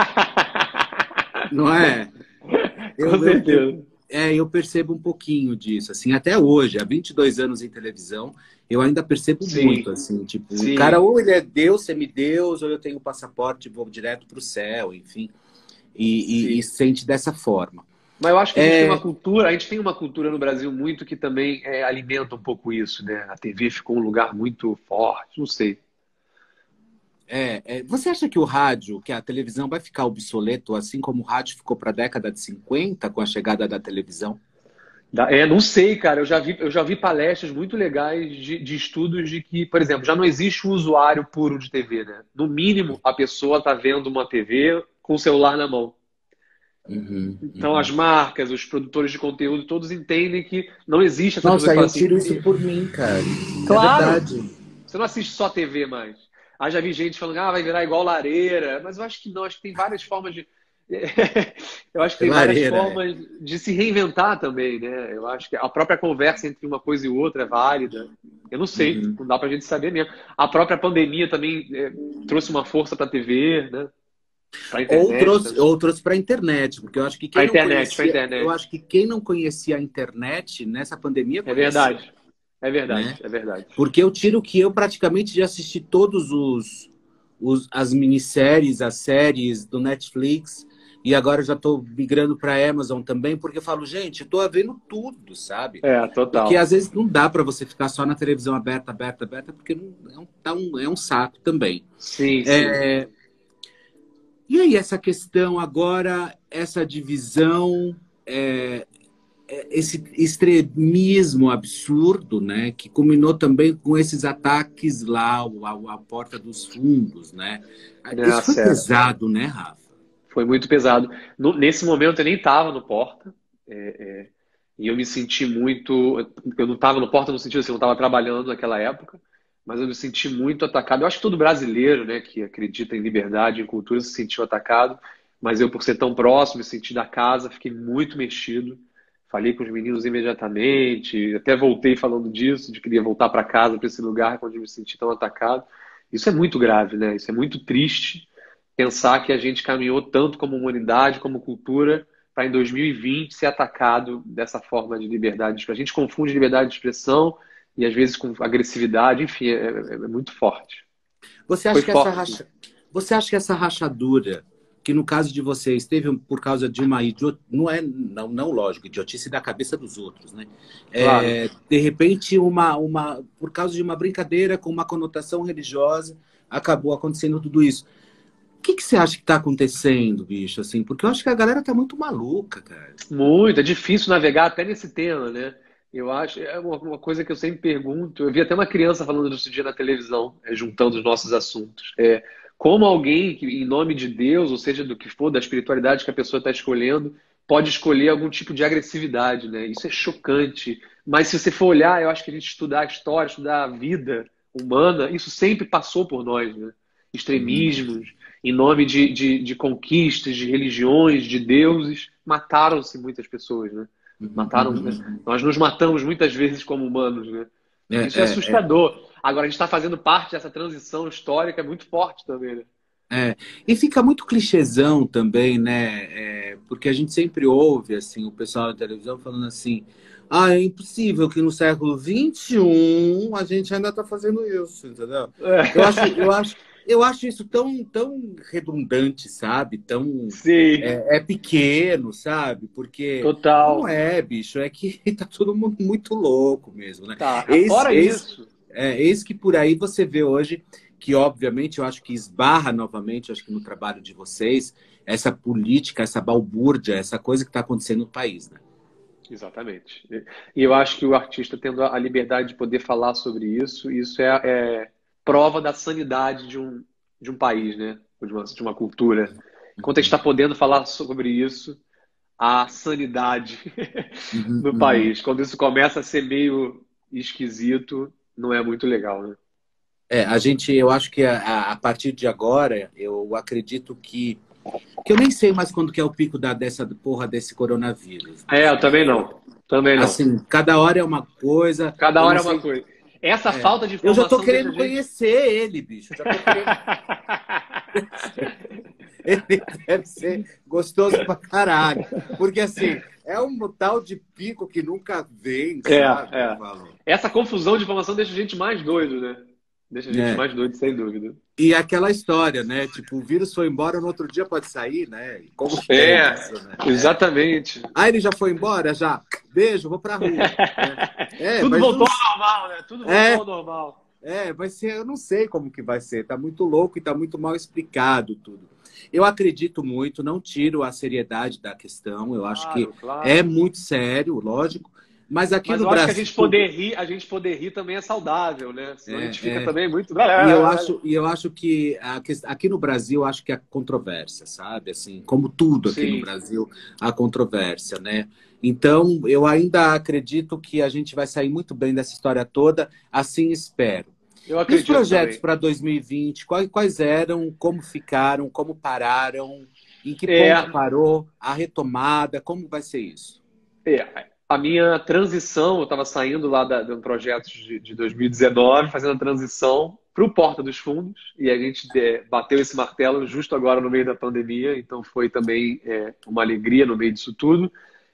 Speaker 2: Não é? Eu,
Speaker 3: Com certeza.
Speaker 2: Eu, é, eu percebo um pouquinho disso, assim, até hoje, há vinte e dois anos em televisão, eu ainda percebo
Speaker 3: Sim.
Speaker 2: muito, assim, tipo,
Speaker 3: Sim.
Speaker 2: o cara ou ele é Deus, semideus, ou eu tenho um passaporte e vou direto para o céu, enfim, e, e, e sente dessa forma.
Speaker 3: Mas eu acho que a gente tem uma
Speaker 2: É,
Speaker 3: cultura, a gente tem uma cultura no Brasil muito que também é, alimenta um pouco isso, né? A T V ficou um lugar muito forte, não sei.
Speaker 2: é, é, você acha que o rádio, que a televisão vai ficar obsoleto, assim como o rádio ficou para a década de cinquenta com a chegada da televisão?
Speaker 3: Da- É, não sei, cara. Eu já vi, eu já vi palestras muito legais de, de estudos de que, por exemplo, já não existe um usuário puro de T V, né? No mínimo, a pessoa está vendo uma T V com o celular na mão.
Speaker 2: Uhum,
Speaker 3: Então, as
Speaker 2: uhum.
Speaker 3: marcas, os produtores de conteúdo, todos entendem que não existe essa pessoa que
Speaker 2: Nossa,
Speaker 3: fala
Speaker 2: eu
Speaker 3: assim.
Speaker 2: tiro isso por mim, cara. É
Speaker 3: Claro!
Speaker 2: verdade.
Speaker 3: Você não assiste só T V mais. Aí já vi gente falando, ah, vai virar igual lareira. Mas eu acho que não, acho que tem várias formas de. Eu acho que tem várias
Speaker 2: Lareira, é.
Speaker 3: formas de se reinventar também, né? Eu acho que a própria conversa entre uma coisa e outra é válida. Eu não sei,
Speaker 2: Uhum.
Speaker 3: não dá pra gente saber mesmo. A própria pandemia também é, trouxe uma força pra T V, né? Pra
Speaker 2: Ou
Speaker 3: internet
Speaker 2: trouxe,
Speaker 3: também.
Speaker 2: ou trouxe para a internet, porque eu acho que
Speaker 3: Pra
Speaker 2: quem não
Speaker 3: internet, pra
Speaker 2: conhecia, eu
Speaker 3: internet.
Speaker 2: acho que quem não conhecia a internet nessa pandemia
Speaker 3: É
Speaker 2: conheceu,
Speaker 3: verdade. É verdade,
Speaker 2: né?
Speaker 3: é verdade.
Speaker 2: Porque eu tiro que eu praticamente já assisti todos os, os as minisséries, as séries do Netflix, e agora já estou migrando para a Amazon também, porque eu falo, gente, estou vendo tudo, sabe?
Speaker 3: É,
Speaker 2: Porque
Speaker 3: total.
Speaker 2: às vezes não dá para você ficar só na televisão aberta, aberta, aberta, porque não, é, um, tá um, é um saco também.
Speaker 3: Sim, sim.
Speaker 2: É, e aí, essa questão agora, essa divisão, é, esse extremismo absurdo, né, que culminou também com esses ataques lá à, à porta dos fundos, né? Isso foi
Speaker 3: Nossa, é.
Speaker 2: pesado, né, Rafa?
Speaker 3: Foi muito pesado. No- nesse momento eu nem estava no Porta, é, é, e eu me senti muito. Eu não estava no Porta no sentido assim, eu não estava trabalhando naquela época, mas eu me senti muito atacado. Eu acho que todo brasileiro, né, que acredita em liberdade, em cultura, se sentiu atacado, mas eu, por ser tão próximo, me senti da casa, fiquei muito mexido. Falei com os meninos imediatamente, até voltei falando disso, de que queria voltar para casa, para esse lugar onde eu me senti tão atacado. Isso é muito grave, né? Isso é muito triste pensar que a gente caminhou tanto como humanidade, como cultura, para em dois mil e vinte ser atacado dessa forma de liberdade. A gente confunde liberdade de expressão e às vezes com agressividade, enfim, é, é- é muito forte.
Speaker 2: Você
Speaker 3: Foi
Speaker 2: acha que essa
Speaker 3: forte.
Speaker 2: racha... Você acha que essa rachadura, que no caso de vocês teve um- por causa de uma idiot... não é não, não lógico, idiotice da cabeça dos outros, né?
Speaker 3: Claro.
Speaker 2: É, de repente uma uma por causa de uma brincadeira com uma conotação religiosa, acabou acontecendo tudo isso. O que que você acha que está acontecendo, bicho, assim? Porque eu acho que a galera tá muito maluca, cara.
Speaker 3: Muito, é difícil navegar até nesse tema, né? Eu acho, é uma, uma coisa que eu sempre pergunto. Eu vi até uma criança falando disso dia na televisão, é, juntando os nossos assuntos. É, como alguém que, em nome de Deus, ou seja, do que for, da espiritualidade que a pessoa está escolhendo, pode escolher algum tipo de agressividade, né? Isso é chocante. Mas se você for olhar, eu acho que a gente estudar a história, estudar a vida humana, isso sempre passou por nós, né?
Speaker 2: Uhum,
Speaker 3: Extremismos, em nome de, de, de conquistas, de religiões, de deuses, mataram-se muitas pessoas, né?
Speaker 2: uhum,
Speaker 3: Mataram,
Speaker 2: uhum,
Speaker 3: né?
Speaker 2: uhum.
Speaker 3: Nós nos matamos muitas vezes como humanos, né?
Speaker 2: É,
Speaker 3: Isso é
Speaker 2: é, é.
Speaker 3: assustador. Agora, a gente está fazendo parte dessa transição histórica, é muito forte também, né?
Speaker 2: É, e fica muito clichêzão também, né? É, porque a gente sempre ouve assim, o pessoal da televisão falando assim: ah, é impossível que no século vinte e um a gente ainda está fazendo isso, entendeu? Eu acho, eu acho, eu acho isso tão, tão redundante, sabe? Tão
Speaker 3: Sim,
Speaker 2: é, é pequeno, sabe? Porque não
Speaker 3: total.
Speaker 2: é, bicho, é que tá todo mundo muito louco mesmo, né?
Speaker 3: Tá.
Speaker 2: Eis,
Speaker 3: Fora
Speaker 2: eis,
Speaker 3: isso,
Speaker 2: é, eis que por aí você vê hoje que, obviamente, eu acho que esbarra novamente, acho que no trabalho de vocês, essa política, essa balbúrdia, essa coisa que está acontecendo no país, né?
Speaker 3: exatamente. E eu acho que o artista tendo a liberdade de poder falar sobre isso, isso é, é prova da sanidade de um, de um país, né? De uma, de uma cultura. Enquanto a gente está podendo falar sobre isso, a sanidade
Speaker 2: Uhum,
Speaker 3: no
Speaker 2: uhum.
Speaker 3: país. Quando isso começa a ser meio esquisito, não é muito legal, né?
Speaker 2: É, a gente, eu acho que a, a partir de agora, eu acredito que, que eu nem sei mais quando que é o pico da, dessa porra desse coronavírus,
Speaker 3: É,
Speaker 2: bicho.
Speaker 3: eu também
Speaker 2: É,
Speaker 3: não. Também não.
Speaker 2: assim, cada hora é uma coisa,
Speaker 3: Cada
Speaker 2: eu não
Speaker 3: hora é uma
Speaker 2: sei.
Speaker 3: coisa. Essa
Speaker 2: É,
Speaker 3: falta de
Speaker 2: eu já tô
Speaker 3: informação deixa a
Speaker 2: querendo
Speaker 3: gente.
Speaker 2: conhecer ele, bicho. Eu já tô querendo. Ele deve ser gostoso pra caralho. Porque, assim, é um tal de pico que nunca vem,
Speaker 3: É,
Speaker 2: sabe? Eu
Speaker 3: é.
Speaker 2: falo.
Speaker 3: Essa confusão de informação deixa a gente mais doido, né? Deixa a gente
Speaker 2: É.
Speaker 3: mais doido, sem dúvida.
Speaker 2: E aquela história, né? Tipo, o vírus foi embora, no outro dia pode sair, né? E como que
Speaker 3: É,
Speaker 2: é isso, né?
Speaker 3: exatamente.
Speaker 2: Ah, ele já foi embora? Já. Beijo, vou pra rua. É, é
Speaker 3: Tudo
Speaker 2: mas não...
Speaker 3: voltou ao normal, né? Tudo voltou
Speaker 2: É,
Speaker 3: ao normal.
Speaker 2: é, vai ser, eu não sei como que vai ser. Tá muito louco e tá muito mal explicado tudo. Eu acredito muito, não tiro a seriedade da questão. Eu acho que
Speaker 3: Claro, claro.
Speaker 2: é muito sério, lógico. Mas aqui
Speaker 3: Mas
Speaker 2: no
Speaker 3: eu acho que a
Speaker 2: Brasil...
Speaker 3: gente poder rir, a gente poder rir também é saudável, né? Senão a gente
Speaker 2: É,
Speaker 3: fica
Speaker 2: é.
Speaker 3: também muito.
Speaker 2: E eu acho, e eu acho que a quest- aqui no Brasil, eu acho que há controvérsia, sabe? Assim, como tudo aqui no
Speaker 3: Sim,
Speaker 2: Brasil, há controvérsia, né? Então, eu ainda acredito que a gente vai sair muito bem dessa história toda, assim espero.
Speaker 3: eu
Speaker 2: E os
Speaker 3: acredito
Speaker 2: projetos
Speaker 3: também.
Speaker 2: para dois mil e vinte, quais, quais eram, como ficaram, como pararam, em que ponto
Speaker 3: É,
Speaker 2: parou, a retomada, como vai ser isso?
Speaker 3: é, a minha transição, eu estava saindo lá da, de um projeto de, de dois mil e dezenove, fazendo a transição para o Porta dos Fundos, e a gente é, bateu esse martelo justo agora no meio da pandemia, então foi também é, uma alegria no meio disso tudo.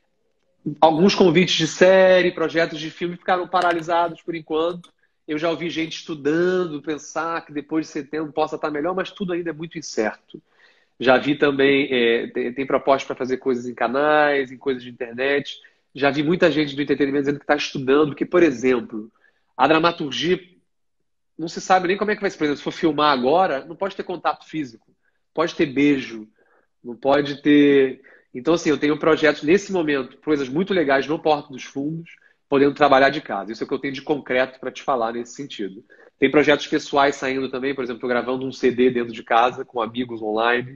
Speaker 3: Alguns convites de série, projetos de filme ficaram paralisados por enquanto. Eu já ouvi gente estudando, pensar que depois de setembro possa estar melhor, mas tudo ainda é muito incerto. Já vi também, é, tem, tem propostas para fazer coisas em canais, em coisas de internet. Já vi muita gente do entretenimento dizendo que está estudando, porque, por exemplo, a dramaturgia não se sabe nem como é que vai ser. Por exemplo, se for filmar agora, não pode ter contato físico, pode ter beijo, não pode ter. Então, assim, eu tenho projetos nesse momento, coisas muito legais no Porta dos Fundos, podendo trabalhar de casa. Isso é o que eu tenho de concreto para te falar nesse sentido. Tem projetos pessoais saindo também, por exemplo, estou gravando um C D dentro de casa com amigos online.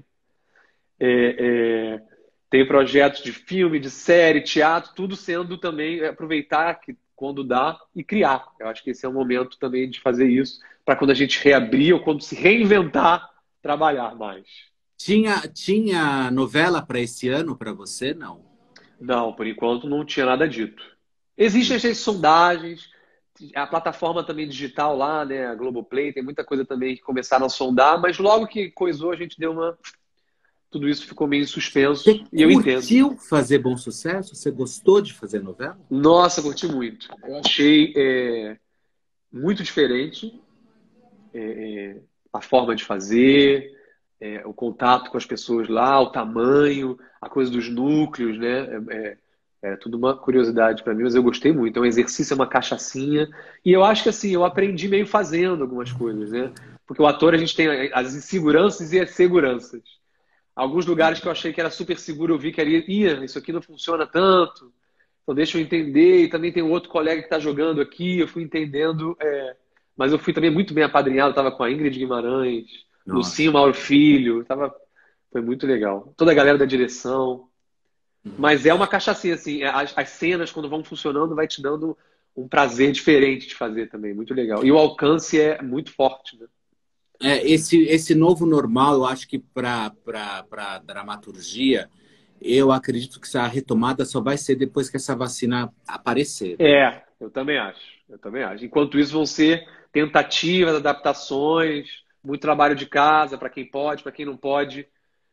Speaker 3: É, é, tem projetos de filme, de série, teatro, tudo sendo também é, aproveitar que, quando dá e criar. Eu acho que esse é o momento também de fazer isso, para quando a gente reabrir ou quando se reinventar, trabalhar mais.
Speaker 2: Tinha, tinha novela para esse ano para você? Não.
Speaker 3: Não, por enquanto não tinha nada dito. Existem essas sondagens, a plataforma também digital lá, né, a Globoplay, tem muita coisa também que começaram a sondar, mas logo que coisou, a gente deu uma. Tudo isso ficou meio suspenso,
Speaker 2: Você
Speaker 3: e eu entendo.
Speaker 2: curtiu fazer Bom Sucesso? Você gostou de fazer novela?
Speaker 3: Nossa, curti muito. Eu achei é, muito diferente é, é, a forma de fazer, é, o contato com as pessoas lá, o tamanho, a coisa dos núcleos, né? É, é, é tudo uma curiosidade para mim, mas eu gostei muito. É um exercício, é uma cachaçinha. E eu acho que assim, eu aprendi meio fazendo algumas coisas, né? Porque o ator, a gente tem as inseguranças e as seguranças. Alguns lugares que eu achei que era super seguro, eu vi que ali, ia, isso aqui não funciona tanto. Então deixa eu entender. E também tem um outro colega que está jogando aqui, eu fui entendendo. É... Mas eu fui também muito bem apadrinhado, estava com a Ingrid Guimarães, Lucinho
Speaker 2: Nossa.
Speaker 3: Mauro Filho, tava... foi muito legal. Toda a galera da direção. Mas é uma cachaçinha, assim, as, as cenas, quando vão funcionando, vai te dando um prazer diferente de fazer também, muito legal. E o alcance é muito forte, né?
Speaker 2: É, esse, esse novo normal, eu acho que para a dramaturgia, eu acredito que a retomada só vai ser depois que essa vacina aparecer.
Speaker 3: É, eu também acho. Eu também acho. Enquanto isso, vão ser tentativas, adaptações, muito trabalho de casa para quem pode, para quem não pode,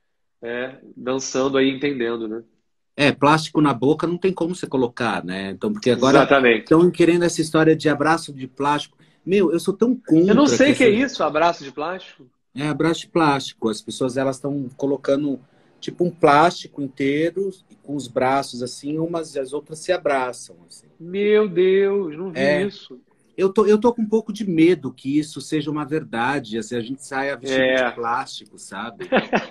Speaker 3: é, dançando aí, entendendo, né?
Speaker 2: É, plástico na boca não tem como você colocar, né? Então, porque agora
Speaker 3: Exatamente.
Speaker 2: estão querendo essa história de abraço de plástico. Meu, eu sou tão
Speaker 3: Eu não
Speaker 2: contra
Speaker 3: sei
Speaker 2: que
Speaker 3: o que é
Speaker 2: essa...
Speaker 3: isso, abraço de plástico.
Speaker 2: É, abraço de plástico. As pessoas elas estão colocando tipo um plástico inteiro com os braços assim, umas e as outras se abraçam. Assim.
Speaker 3: Meu Deus, não vi
Speaker 2: É,
Speaker 3: isso.
Speaker 2: eu tô, eu tô com um pouco de medo que isso seja uma verdade, assim, a gente saia vestido de
Speaker 3: É.
Speaker 2: plástico, sabe?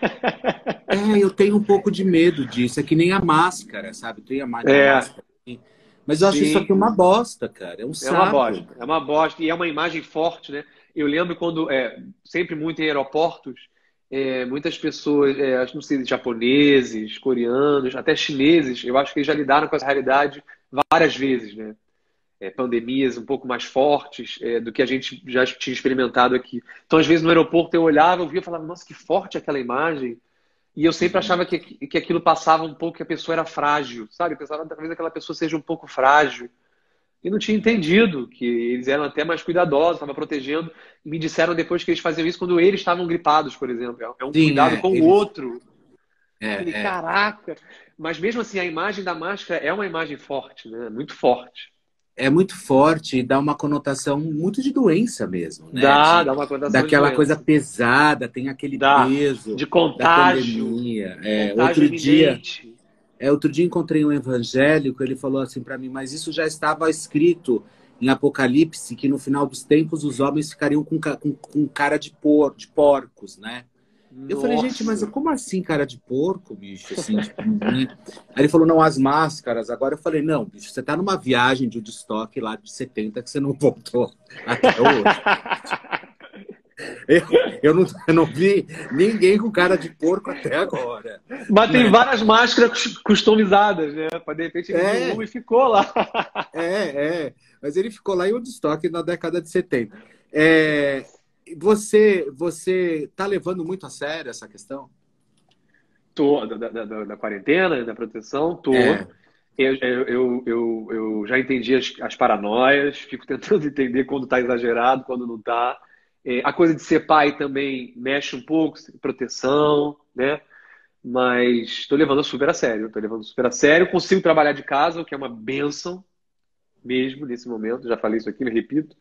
Speaker 2: É, eu tenho um pouco de medo disso. É que nem a máscara, sabe? Tem a, ma- a
Speaker 3: É,
Speaker 2: máscara. Assim. Mas eu acho isso
Speaker 3: sim.
Speaker 2: aqui uma bosta, cara. É um
Speaker 3: É uma
Speaker 2: saco.
Speaker 3: bosta, é uma bosta. E é uma imagem forte, né? Eu lembro quando, é, sempre muito em aeroportos, é, muitas pessoas, é, acho que não sei, japoneses, coreanos, até chineses, eu acho que eles já lidaram com essa realidade várias vezes, né? É, pandemias um pouco mais fortes é, do que a gente já tinha experimentado aqui. Então, às vezes, no aeroporto eu olhava, eu via e falava, nossa, que forte aquela imagem. E eu sempre achava que, que aquilo passava um pouco, que a pessoa era frágil, sabe? Eu pensava, talvez aquela pessoa seja um pouco frágil. E não tinha entendido que eles eram até mais cuidadosos, estavam protegendo. E me disseram depois que eles faziam isso quando eles estavam gripados, por exemplo. É um
Speaker 2: Sim,
Speaker 3: cuidado
Speaker 2: é.
Speaker 3: com o
Speaker 2: Eles...
Speaker 3: outro.
Speaker 2: É,
Speaker 3: Falei,
Speaker 2: é.
Speaker 3: caraca! Mas mesmo assim, a imagem da máscara é uma imagem forte, né? Muito forte.
Speaker 2: é muito forte e dá uma conotação muito de doença mesmo, né?
Speaker 3: Dá,
Speaker 2: De,
Speaker 3: dá uma conotação de
Speaker 2: daquela coisa
Speaker 3: doença.
Speaker 2: pesada, tem aquele
Speaker 3: Dá.
Speaker 2: peso
Speaker 3: De
Speaker 2: da
Speaker 3: contágio.
Speaker 2: pandemia. É,
Speaker 3: Contágio
Speaker 2: outro dia,
Speaker 3: iminente.
Speaker 2: é, outro dia encontrei um evangélico, ele falou assim para mim, mas isso já estava escrito em Apocalipse, que no final dos tempos os homens ficariam com, ca- com, com cara de, por, de porcos, né? Eu falei, gente, mas
Speaker 3: Nossa.
Speaker 2: como assim, cara de porco, bicho? Assim, tipo, né? Aí ele falou, não, as máscaras. Agora eu falei, não, bicho, você tá numa viagem de Woodstock lá de setenta que você não voltou até hoje. Eu, eu, não, eu não vi ninguém com cara de porco até agora,
Speaker 3: Mas tem
Speaker 2: né?
Speaker 3: várias máscaras customizadas, né? Para de repente ele viu uma
Speaker 2: É,
Speaker 3: e ficou lá.
Speaker 2: é, é. Mas ele ficou lá em Woodstock na década de setenta. É, você, você tá levando muito a sério essa questão?
Speaker 3: Tô, da, da, da, da quarentena, da proteção, tô.
Speaker 2: É.
Speaker 3: Eu, eu, eu, eu, eu já entendi as, as paranoias, fico tentando entender quando está exagerado, quando não está. É, a coisa de ser pai também mexe um pouco, proteção, né? Mas estou levando super a sério, estou levando super a sério. Consigo trabalhar de casa, o que é uma benção mesmo nesse momento. Já falei isso aqui, me repito.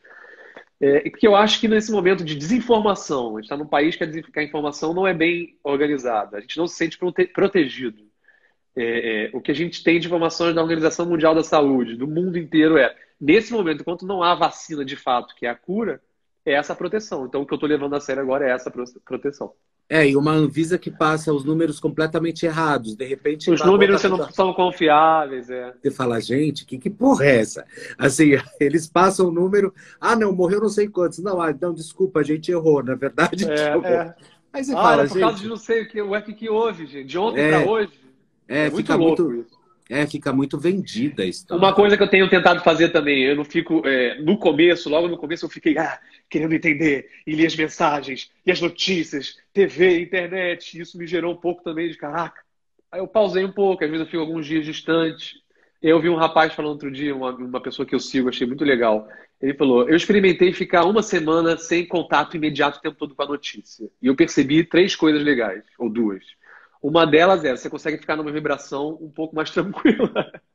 Speaker 3: É, porque eu acho que nesse momento de desinformação, a gente está num país que a desin- que a informação não é bem organizada, a gente não se sente prote- protegido. É, é, o que a gente tem de informações da Organização Mundial da Saúde, do mundo inteiro, é, nesse momento, enquanto não há vacina de fato, que é a cura, é essa proteção. Então, o que eu estou levando a sério agora é essa pro- proteção.
Speaker 2: É, e uma Anvisa que passa os números completamente errados. De repente,
Speaker 3: Os
Speaker 2: vai
Speaker 3: números
Speaker 2: voltar
Speaker 3: você não
Speaker 2: tudo. A-
Speaker 3: são confiáveis, é.
Speaker 2: Você fala, gente, que, que porra é essa? Assim, eles passam o número. Ah, não, morreu não sei quantos. Não, ah, não, desculpa, a gente errou. Na verdade,
Speaker 3: É,
Speaker 2: tinha morrido.
Speaker 3: é.
Speaker 2: Aí você
Speaker 3: Ah, era
Speaker 2: fala,
Speaker 3: por causa de
Speaker 2: gente,
Speaker 3: não sei o que, o que que houve, gente. De ontem para
Speaker 2: é,
Speaker 3: hoje. É
Speaker 2: é,
Speaker 3: muito
Speaker 2: fica
Speaker 3: louco
Speaker 2: muito,
Speaker 3: isso.
Speaker 2: é, fica muito vendida a
Speaker 3: Uma
Speaker 2: história.
Speaker 3: coisa que eu tenho tentado fazer também, eu não fico. É, no começo, logo no começo, eu fiquei ah, querendo entender e li as mensagens e as notícias, T V, internet. E isso me gerou um pouco também de caraca. Aí eu pausei um pouco, às vezes eu fico alguns dias distante. Eu vi um rapaz falando outro dia, uma, uma pessoa que eu sigo, achei muito legal. Ele falou: eu experimentei ficar uma semana sem contato imediato o tempo todo com a notícia. E eu percebi três coisas legais, ou duas. Uma delas é, você consegue ficar numa vibração um pouco mais tranquila,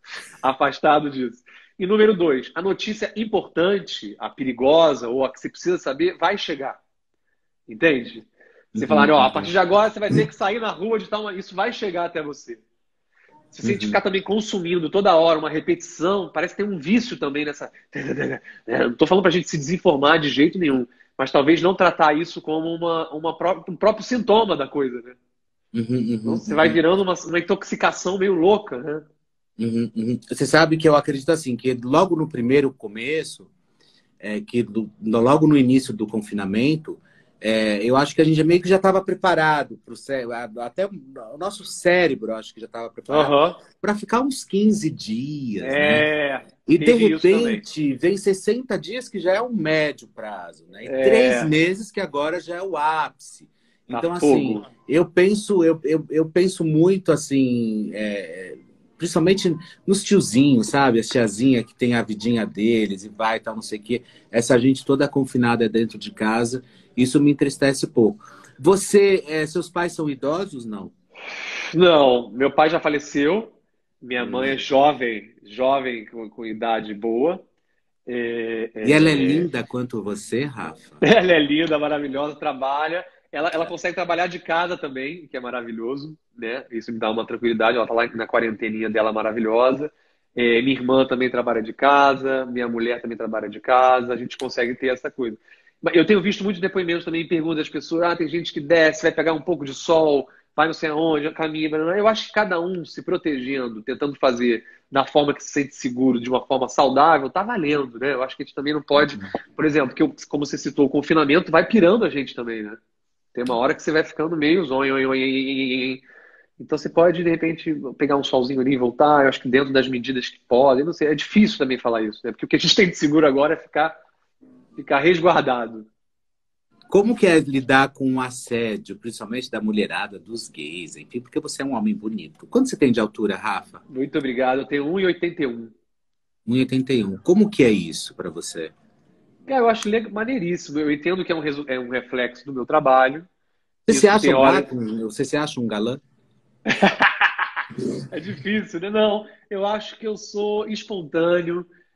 Speaker 3: afastado disso. E número dois, a notícia importante, a perigosa, ou a que você precisa saber, vai chegar. Entende? Você falar,
Speaker 2: Uhum,
Speaker 3: ó, a partir
Speaker 2: uhum,
Speaker 3: de agora você vai ter que sair na rua de tal uma... Isso vai chegar até você. Se você
Speaker 2: uhum,
Speaker 3: ficar também consumindo toda hora uma repetição, parece que tem um vício também nessa. Não estou falando para a gente se desinformar de jeito nenhum, mas talvez não tratar isso como uma, uma pró- um próprio sintoma da coisa, né?
Speaker 2: uhum,
Speaker 3: Então
Speaker 2: uhum,
Speaker 3: você vai
Speaker 2: uhum.
Speaker 3: virando uma, uma intoxicação meio louca, né?
Speaker 2: Uhum, uhum. Você sabe que eu acredito assim, que logo no primeiro começo, é, que do- no- logo no início do confinamento, é, eu acho que a gente meio que já estava preparado para o cérebro, até o o nosso cérebro, eu acho que já estava preparado
Speaker 3: Aham.
Speaker 2: para ficar uns quinze dias, né?
Speaker 3: É,
Speaker 2: E de
Speaker 3: teve isso também.
Speaker 2: repente vem sessenta dias que já é um médio prazo, né? E três
Speaker 3: É,
Speaker 2: meses que agora já é o ápice.
Speaker 3: tá
Speaker 2: Então, assim,
Speaker 3: fogo.
Speaker 2: eu penso, eu, eu, eu penso muito assim, é, principalmente nos tiozinhos, sabe? As tiazinhas que tem a vidinha deles e vai e tal, não sei o quê. Essa gente toda confinada dentro de casa, isso me entristece pouco. Você, é, seus pais são idosos, não?
Speaker 3: Não, meu pai já faleceu, minha mãe é
Speaker 2: Hum.
Speaker 3: jovem, jovem com, com idade boa. É,
Speaker 2: E ela é
Speaker 3: é,
Speaker 2: linda quanto você, Rafa?
Speaker 3: ela é linda, maravilhosa, trabalha. Ela, ela consegue trabalhar de casa também, o que é maravilhoso, né? Isso me dá uma tranquilidade. Ela está lá na quarenteninha dela maravilhosa. É, minha irmã também trabalha de casa, minha mulher também trabalha de casa. A gente consegue ter essa coisa. Mas eu tenho visto muitos depoimentos também em perguntas das pessoas. Ah, tem gente que desce, vai pegar um pouco de sol, vai não sei aonde, caminha. blá, blá, blá. Eu acho que cada um se protegendo, tentando fazer da forma que se sente seguro, de uma forma saudável, tá valendo, né? Eu acho que a gente também não pode, por exemplo, que eu, como você citou, o confinamento vai pirando a gente também, né? Tem uma hora que você vai ficando meio zonho, zonho, zonho, zonho. Então você pode, de repente, pegar um solzinho ali e voltar. Eu acho que dentro das medidas que podem, não sei, é difícil também falar isso, né? Porque o que a gente tem de seguro agora é ficar, ficar resguardado.
Speaker 2: Como que é lidar com o assédio, principalmente da mulherada, dos gays, enfim, porque você é um homem bonito. Quanto você tem de altura, Rafa?
Speaker 3: Muito obrigado. Eu tenho um e oitenta e um.
Speaker 2: um e oitenta e um. Como que é isso para você?
Speaker 3: Cara, eu acho leg- maneiríssimo. Eu entendo que é um, resu- é um reflexo do meu trabalho.
Speaker 2: Você se
Speaker 3: Isso
Speaker 2: acha
Speaker 3: tem
Speaker 2: um
Speaker 3: hora.
Speaker 2: gato? Você se acha um galã?
Speaker 3: É difícil, né? Não, eu acho que eu sou espontâneo.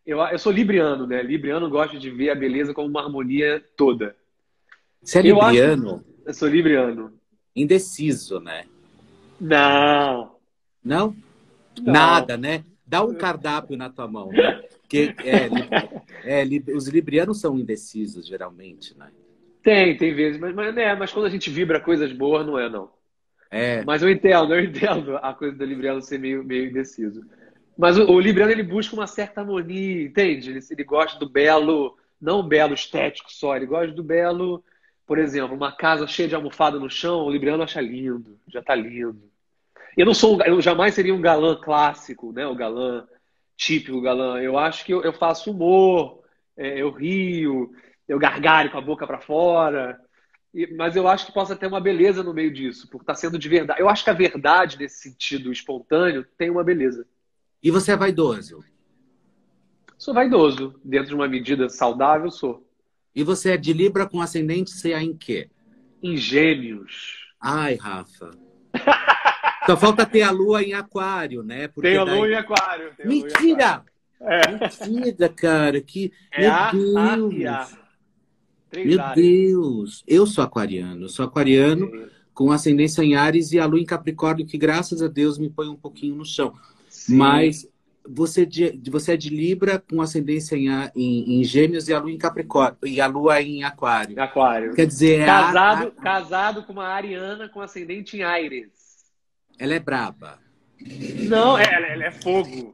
Speaker 3: Eu, eu sou libriano, né? Libriano gosta de ver a beleza como uma harmonia toda.
Speaker 2: Você é
Speaker 3: Eu acho.
Speaker 2: libriano?
Speaker 3: Eu sou libriano.
Speaker 2: Indeciso, né?
Speaker 3: Não,
Speaker 2: Não?
Speaker 3: não.
Speaker 2: Nada, né? Dá um cardápio na tua mão, né? Porque é, li- é, li- os librianos são indecisos, geralmente, né?
Speaker 3: Tem, tem vezes, mas, mas, né, mas quando a gente vibra coisas boas, não é, não.
Speaker 2: É.
Speaker 3: Mas eu entendo, eu entendo a coisa do libriano ser meio, meio indeciso. Mas o, o libriano, ele busca uma certa harmonia, entende? Ele, ele gosta do belo, não o belo estético só, ele gosta do belo, por exemplo, uma casa cheia de almofada no chão, o libriano acha lindo, já tá lindo. Eu não sou, um- eu jamais seria um galã clássico, né? O galã típico, o galã. Eu acho que eu, eu faço humor, é, eu rio, eu gargalho com a boca para fora. E- mas eu acho que possa ter uma beleza no meio disso, porque está sendo de verdade. Eu acho que a verdade, nesse sentido espontâneo, tem uma beleza.
Speaker 2: E você é vaidoso?
Speaker 3: Sou vaidoso, dentro de uma medida saudável, sou.
Speaker 2: E você é de Libra com ascendente C A em quê?
Speaker 3: Em gêmeos.
Speaker 2: Ai, Rafa. Só falta ter a lua em aquário, né? Porque
Speaker 3: Tenho a lua
Speaker 2: daí...
Speaker 3: em aquário. Tenho a lua em aquário.
Speaker 2: Mentira!
Speaker 3: É,
Speaker 2: Mentira, cara. Que...
Speaker 3: é
Speaker 2: Meu
Speaker 3: A, A e A.
Speaker 2: Deus!
Speaker 3: Três
Speaker 2: Meu
Speaker 3: áreas.
Speaker 2: Deus! Eu sou aquariano. Eu sou aquariano
Speaker 3: É,
Speaker 2: com ascendência em Áries e a lua em Capricórnio, que graças a Deus me põe um pouquinho no chão.
Speaker 3: sim.
Speaker 2: Mas você, de, você é de Libra com ascendência em, A- em, em Gêmeos e a lua em Capricórnio e a lua em Aquário.
Speaker 3: Aquário.
Speaker 2: Quer dizer, é a,
Speaker 3: Casado,
Speaker 2: a-
Speaker 3: casado com uma ariana com ascendente em Áries.
Speaker 2: ela é braba.
Speaker 3: Não, é, ela, ela é fogo.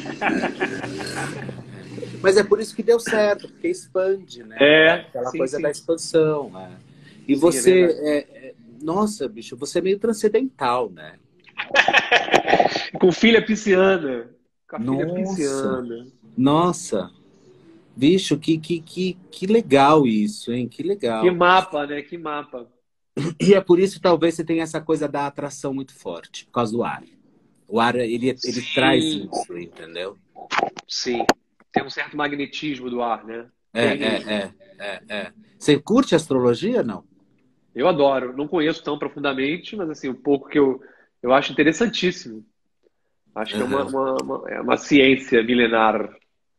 Speaker 2: Mas é por isso que deu certo, porque expande, né?
Speaker 3: É,
Speaker 2: Aquela
Speaker 3: sim,
Speaker 2: coisa
Speaker 3: sim.
Speaker 2: da expansão. Né? E
Speaker 3: Sim, é
Speaker 2: você,
Speaker 3: verdade.
Speaker 2: é, é- nossa, bicho, você é meio transcendental, né?
Speaker 3: Com filha pisciana. Com a filha
Speaker 2: Nossa,
Speaker 3: pisciana.
Speaker 2: nossa, bicho, que, que, que, que legal isso, hein? Que
Speaker 3: Que
Speaker 2: legal.
Speaker 3: mapa, né? Que mapa.
Speaker 2: E é por isso que talvez você tenha essa coisa da atração muito forte, por causa do ar. O ar, ele, ele traz
Speaker 3: Sim,
Speaker 2: isso, entendeu?
Speaker 3: sim. Tem um certo magnetismo do ar, né?
Speaker 2: É,
Speaker 3: Tem mesmo.
Speaker 2: é, é, é, é. Você curte astrologia, não?
Speaker 3: Eu adoro. Não conheço tão profundamente, mas assim, o pouco que eu, eu acho interessantíssimo. Acho que é uma,
Speaker 2: Aham.
Speaker 3: uma, uma- é uma ciência milenar.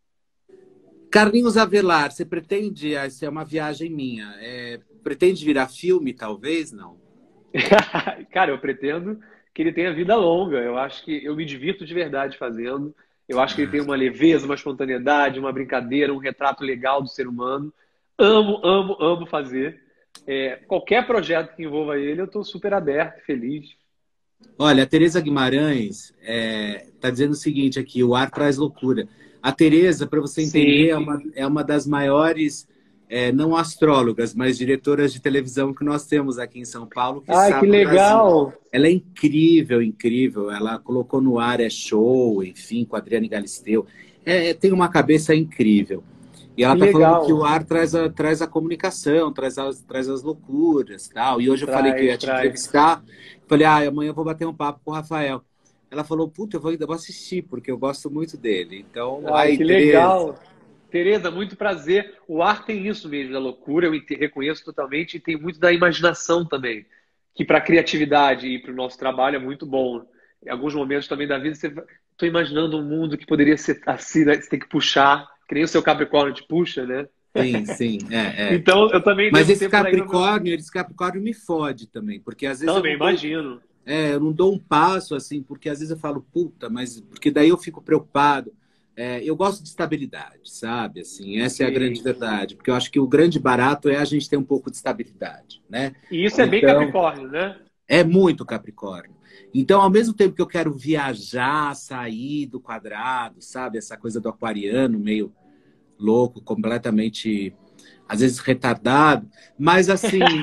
Speaker 2: Carlinhos Avelar, você pretende, essa é uma viagem minha, é, pretende virar filme, talvez, não?
Speaker 3: Cara, eu pretendo que ele tenha vida longa. Eu acho que eu me divirto de verdade fazendo. Eu acho que ele tem uma leveza, uma espontaneidade, uma brincadeira, um retrato legal do ser humano. Amo, amo, amo fazer. É, qualquer projeto que envolva ele, eu estou super aberto, feliz.
Speaker 2: Olha, a Tereza Guimarães está dizendo o seguinte aqui, o ar traz loucura. A Tereza, para você entender, é
Speaker 3: Sim.
Speaker 2: uma, é uma das maiores, é, não astrólogas, mas diretoras de televisão que nós temos aqui em São Paulo, que
Speaker 3: Ai, que
Speaker 2: no Brasil.
Speaker 3: legal!
Speaker 2: Ela é incrível, incrível. Ela colocou no ar, é show, enfim, com a Adriane Galisteu. É, é, tem uma cabeça incrível. E ela
Speaker 3: Que
Speaker 2: está falando que o
Speaker 3: legal!
Speaker 2: ar traz a, traz a comunicação, traz as, traz as loucuras, tal. E hoje eu falei que eu ia
Speaker 3: Traz,
Speaker 2: te
Speaker 3: traz.
Speaker 2: entrevistar. Falei, ah, amanhã eu vou bater um papo com o Rafael. Ela falou, puta, eu vou, ainda vou assistir, porque eu gosto muito dele. Então,
Speaker 3: Ai,
Speaker 2: ai,
Speaker 3: que
Speaker 2: Tereza.
Speaker 3: legal! Tereza, muito prazer. O ar tem isso mesmo, da loucura, eu ente- reconheço totalmente, e tem muito da imaginação também, que para a criatividade e para o nosso trabalho é muito bom. Em alguns momentos também da vida, você estou imaginando um mundo que poderia ser assim, né? Você tem que puxar, que nem o seu Capricórnio te puxa, né?
Speaker 2: Sim, sim, é, é.
Speaker 3: Então, eu também
Speaker 2: Mas
Speaker 3: devo
Speaker 2: esse
Speaker 3: ter por aí no meu.
Speaker 2: Capricórnio, esse Capricórnio me fode também, porque às vezes eu
Speaker 3: Também,
Speaker 2: não dou,
Speaker 3: imagino.
Speaker 2: é, eu não dou um passo, assim, porque às vezes eu falo, puta, mas porque daí eu fico preocupado. É, eu gosto de estabilidade, sabe? Assim, essa é a grande
Speaker 3: Sim.
Speaker 2: verdade, porque eu acho que o grande barato é a gente ter um pouco de estabilidade, né?
Speaker 3: E isso é bem
Speaker 2: Então,
Speaker 3: Capricórnio, né?
Speaker 2: é muito Capricórnio. Então, ao mesmo tempo que eu quero viajar, sair do quadrado, sabe? Essa coisa do aquariano meio louco, completamente, às vezes retardado, mas assim,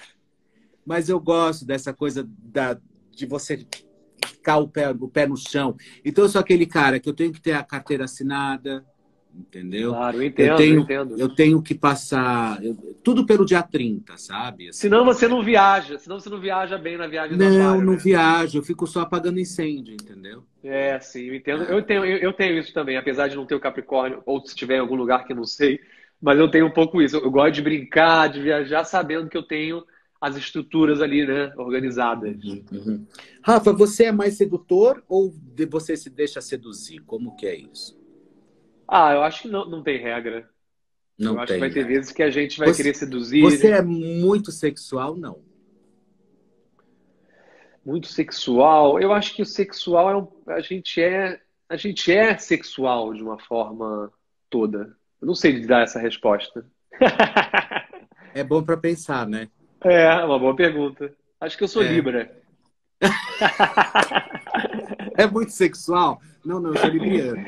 Speaker 2: mas eu gosto dessa coisa da, de você ficar o pé, o pé no chão. Então, eu sou aquele cara que eu tenho que ter a carteira assinada, entendeu?
Speaker 3: Claro, eu
Speaker 2: Eu
Speaker 3: entendo, eu
Speaker 2: tenho,
Speaker 3: entendo.
Speaker 2: eu tenho que passar eu- tudo pelo dia trinta, sabe?
Speaker 3: Senão
Speaker 2: Assim,
Speaker 3: você não viaja, senão você não viaja bem na viagem do
Speaker 2: não,
Speaker 3: aquário,
Speaker 2: não
Speaker 3: né?
Speaker 2: viajo, eu fico só apagando incêndio, entendeu?
Speaker 3: É, sim, eu entendo.
Speaker 2: Ah,
Speaker 3: Eu tenho, eu, eu tenho isso também, apesar de não ter o Capricórnio, ou se tiver em algum lugar que eu não sei, mas eu tenho um pouco isso. Eu, eu gosto de brincar, de viajar, sabendo que eu tenho as estruturas ali, né, organizadas.
Speaker 2: uhum, uhum. Rafa, você é mais sedutor ou de- você se deixa seduzir? Como que é isso?
Speaker 3: Ah, eu acho que não, não tem regra.
Speaker 2: Não
Speaker 3: eu acho
Speaker 2: tem,
Speaker 3: que vai ter
Speaker 2: né?
Speaker 3: vezes que a gente vai
Speaker 2: Você,
Speaker 3: querer seduzir.
Speaker 2: você é muito sexual? Não.
Speaker 3: Muito sexual. Eu acho que o sexual é um, a gente é a gente é sexual de uma forma toda. Eu não sei dar essa resposta.
Speaker 2: É bom para pensar, né?
Speaker 3: É, uma boa pergunta. Acho que eu sou
Speaker 2: É.
Speaker 3: Libra.
Speaker 2: É muito sexual? Não, não, eu sou libriano.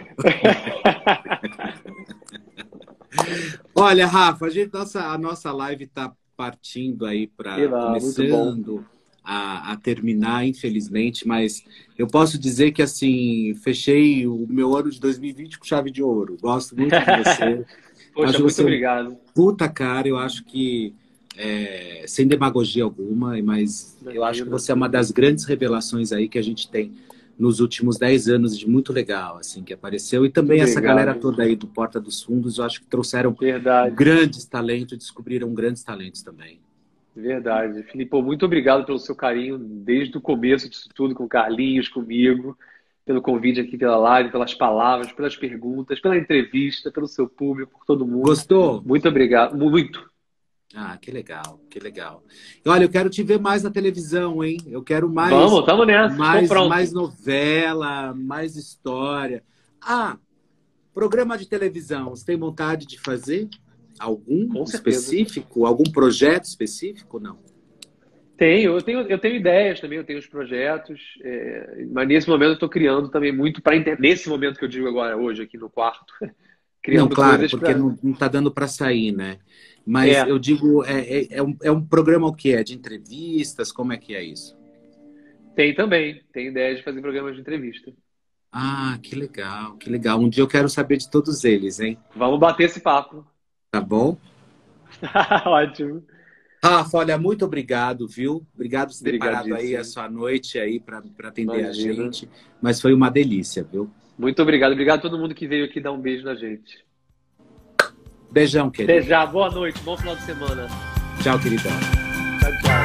Speaker 2: Olha, Rafa, a, gente, nossa, a nossa live está partindo aí
Speaker 3: E
Speaker 2: para
Speaker 3: lá, muito bom.
Speaker 2: começando a, a terminar, infelizmente, mas eu posso dizer que assim, fechei o meu ano de dois mil e vinte com chave de ouro. Gosto muito de você.
Speaker 3: Poxa,
Speaker 2: Acho
Speaker 3: muito
Speaker 2: você um
Speaker 3: obrigado.
Speaker 2: puta cara, eu acho que é, sem demagogia alguma, mas eu acho que
Speaker 3: Imagina.
Speaker 2: você é uma das grandes revelações aí que a gente tem nos últimos dez anos de muito legal, assim, que apareceu. E também
Speaker 3: Muito
Speaker 2: essa galera
Speaker 3: obrigado.
Speaker 2: toda aí do Porta dos Fundos, eu acho que trouxeram
Speaker 3: Verdade.
Speaker 2: grandes talentos, descobriram grandes talentos também.
Speaker 3: Verdade. Filipe, muito obrigado pelo seu carinho desde o começo disso tudo, com o Carlinhos, comigo, pelo convite aqui pela live, pelas palavras, pelas perguntas, pela entrevista, pelo seu público, por todo mundo.
Speaker 2: Gostou?
Speaker 3: Muito obrigado. Muito.
Speaker 2: Ah, que legal, que legal. E olha, eu quero te ver mais na televisão, hein? Eu quero mais,
Speaker 3: Vamos, tamo nessa.
Speaker 2: mais,
Speaker 3: Estou pronto.
Speaker 2: mais novela, mais história. Ah, programa de televisão, você tem vontade de fazer algum
Speaker 3: Com certeza.
Speaker 2: específico? Algum projeto específico? Não.
Speaker 3: Tenho, eu tenho, eu tenho ideias também, eu tenho os projetos, é, mas nesse momento eu estou criando também muito para nesse momento que eu digo agora, hoje, aqui no quarto, criando
Speaker 2: Não, claro,
Speaker 3: coisas
Speaker 2: porque
Speaker 3: para.
Speaker 2: não, não tá dando para sair, né? Mas
Speaker 3: É.
Speaker 2: eu digo, é, é, é, um, é um programa o quê? É de entrevistas? Como é que é isso?
Speaker 3: Tem também, tem ideias de fazer programas de entrevista.
Speaker 2: Ah, que legal, que legal. Um dia eu quero saber de todos eles, hein?
Speaker 3: Vamos bater esse papo.
Speaker 2: Tá bom?
Speaker 3: Ótimo.
Speaker 2: Rafa, olha, muito obrigado, viu? Obrigado por ter parado aí
Speaker 3: Obrigadíssimo.
Speaker 2: a sua noite aí para atender
Speaker 3: Imagina.
Speaker 2: a gente. Mas foi uma delícia, viu?
Speaker 3: Muito obrigado. Obrigado a todo mundo que veio aqui dar um beijo na gente.
Speaker 2: Beijão, querido.
Speaker 3: Até já. Boa noite. Bom final de semana.
Speaker 2: Tchau, queridão.
Speaker 3: Tchau, tchau.